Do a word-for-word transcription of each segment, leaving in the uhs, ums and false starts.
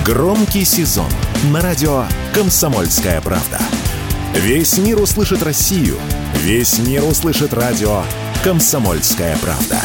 Громкий сезон на радио «Комсомольская правда». Весь мир услышит Россию. Весь мир услышит радио «Комсомольская правда».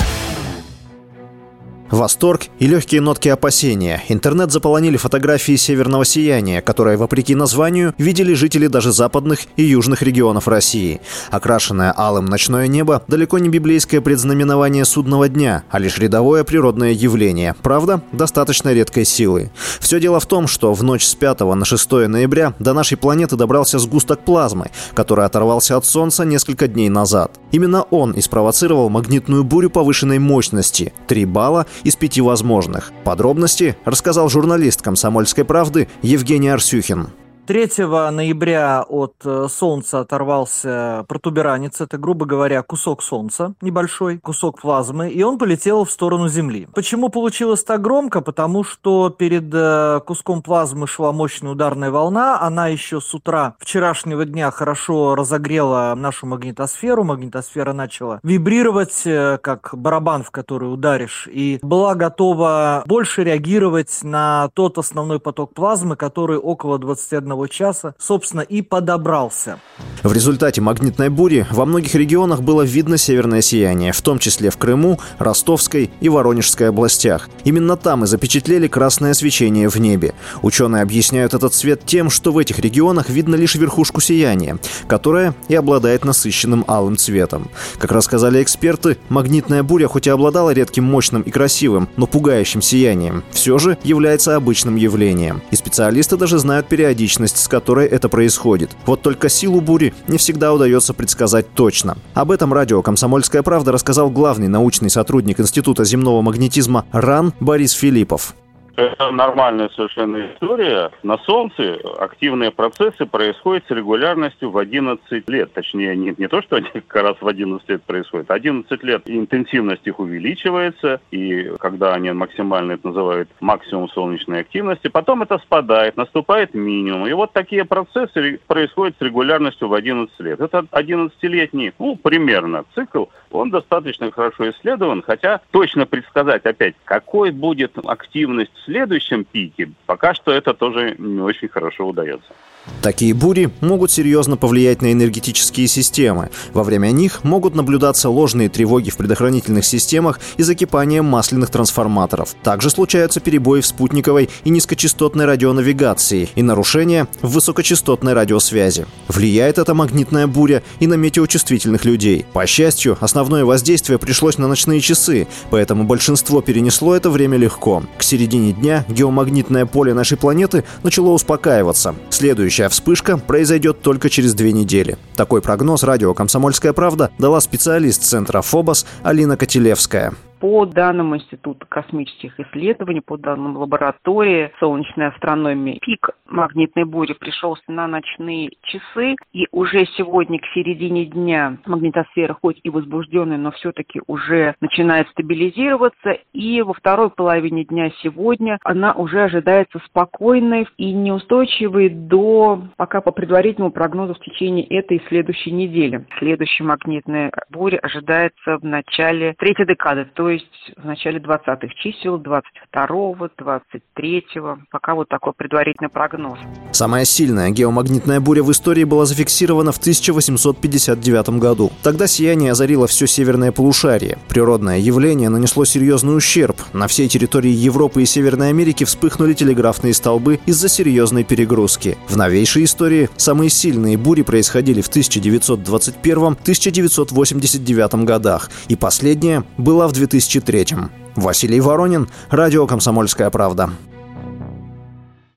Восторг и легкие нотки опасения. Интернет заполонили фотографии северного сияния, которое, вопреки названию, видели жители даже западных и южных регионов России. Окрашенное алым ночное небо далеко не библейское предзнаменование судного дня, а лишь рядовое природное явление. Правда, достаточно редкой силы. Все дело в том, что в ночь с пятого на шестое ноября до нашей планеты добрался сгусток плазмы, который оторвался от Солнца несколько дней назад. Именно он и спровоцировал магнитную бурю повышенной мощности – три балла из пяти возможных. Подробности рассказал журналист «Комсомольской правды» Евгений Арсюхин. третьего ноября от Солнца оторвался протуберанец, это, грубо говоря, кусок Солнца, небольшой кусок плазмы, и он полетел в сторону Земли. Почему получилось так громко? Потому что перед куском плазмы шла мощная ударная волна, она еще с утра вчерашнего дня хорошо разогрела нашу магнитосферу, магнитосфера начала вибрировать, как барабан, в который ударишь, и была готова больше реагировать на тот основной поток плазмы, который около двадцати одного часа, собственно, и подобрался. В результате магнитной бури во многих регионах было видно северное сияние, в том числе в Крыму, Ростовской и Воронежской областях. Именно там и запечатлели красное свечение в небе. Ученые объясняют этот цвет тем, что в этих регионах видно лишь верхушку сияния, которая и обладает насыщенным алым цветом. Как рассказали эксперты, магнитная буря хоть и обладала редким, мощным и красивым, но пугающим сиянием, все же является обычным явлением. И специалисты даже знают периодичность, с которой это происходит. Вот только силу бури не всегда удается предсказать точно. Об этом радио «Комсомольская правда» рассказал главный научный сотрудник Института земного магнетизма РАН Борис Филиппов. Это нормальная совершенно история. На Солнце активные процессы происходят с регулярностью в одиннадцать лет. Точнее, не, не то, что они как раз в одиннадцать лет происходят. одиннадцать лет интенсивность их увеличивается, и когда они максимально это называют максимум солнечной активности, потом это спадает, наступает минимум. И вот такие процессы происходят с регулярностью в одиннадцать лет. Это одиннадцатилетний, ну, примерно, цикл. Он достаточно хорошо исследован, хотя точно предсказать опять, какой будет активность в следующем пике, пока что это тоже не очень хорошо удается. Такие бури могут серьезно повлиять на энергетические системы. Во время них могут наблюдаться ложные тревоги в предохранительных системах и закипание масляных трансформаторов. Также случаются перебои в спутниковой и низкочастотной радионавигации и нарушения в высокочастотной радиосвязи. Влияет эта магнитная буря и на метеочувствительных людей. По счастью, основное воздействие пришлось на ночные часы, поэтому большинство перенесло это время легко. К середине дня геомагнитное поле нашей планеты начало успокаиваться. Следующее Следующая вспышка произойдет только через две недели. Такой прогноз радио «Комсомольская правда» дала специалист Центра ФОБОС Алина Котелевская. По данным Института космических исследований, по данным лаборатории солнечной астрономии, пик магнитной бури пришелся на ночные часы, и уже сегодня к середине дня магнитосфера, хоть и возбужденная, но все-таки уже начинает стабилизироваться, и во второй половине дня сегодня она уже ожидается спокойной и неустойчивой до, пока по предварительному прогнозу, в течение этой и следующей недели. Следующая магнитная буря ожидается в начале третьей декады, то есть в начале двадцатых чисел, двадцать второго, двадцать третьего, пока вот такой предварительный прогноз. Самая сильная геомагнитная буря в истории была зафиксирована в тысяча восемьсот пятьдесят девятом году. Тогда сияние озарило все северное полушарие. Природное явление нанесло серьезный ущерб. На всей территории Европы и Северной Америки вспыхнули телеграфные столбы из-за серьезной перегрузки. В новейшей истории самые сильные бури происходили в тысяча девятьсот двадцать первом — тысяча девятьсот восемьдесят девятом годах, и последняя была в две тысячи третьем. Василий Воронин, радио «Комсомольская правда».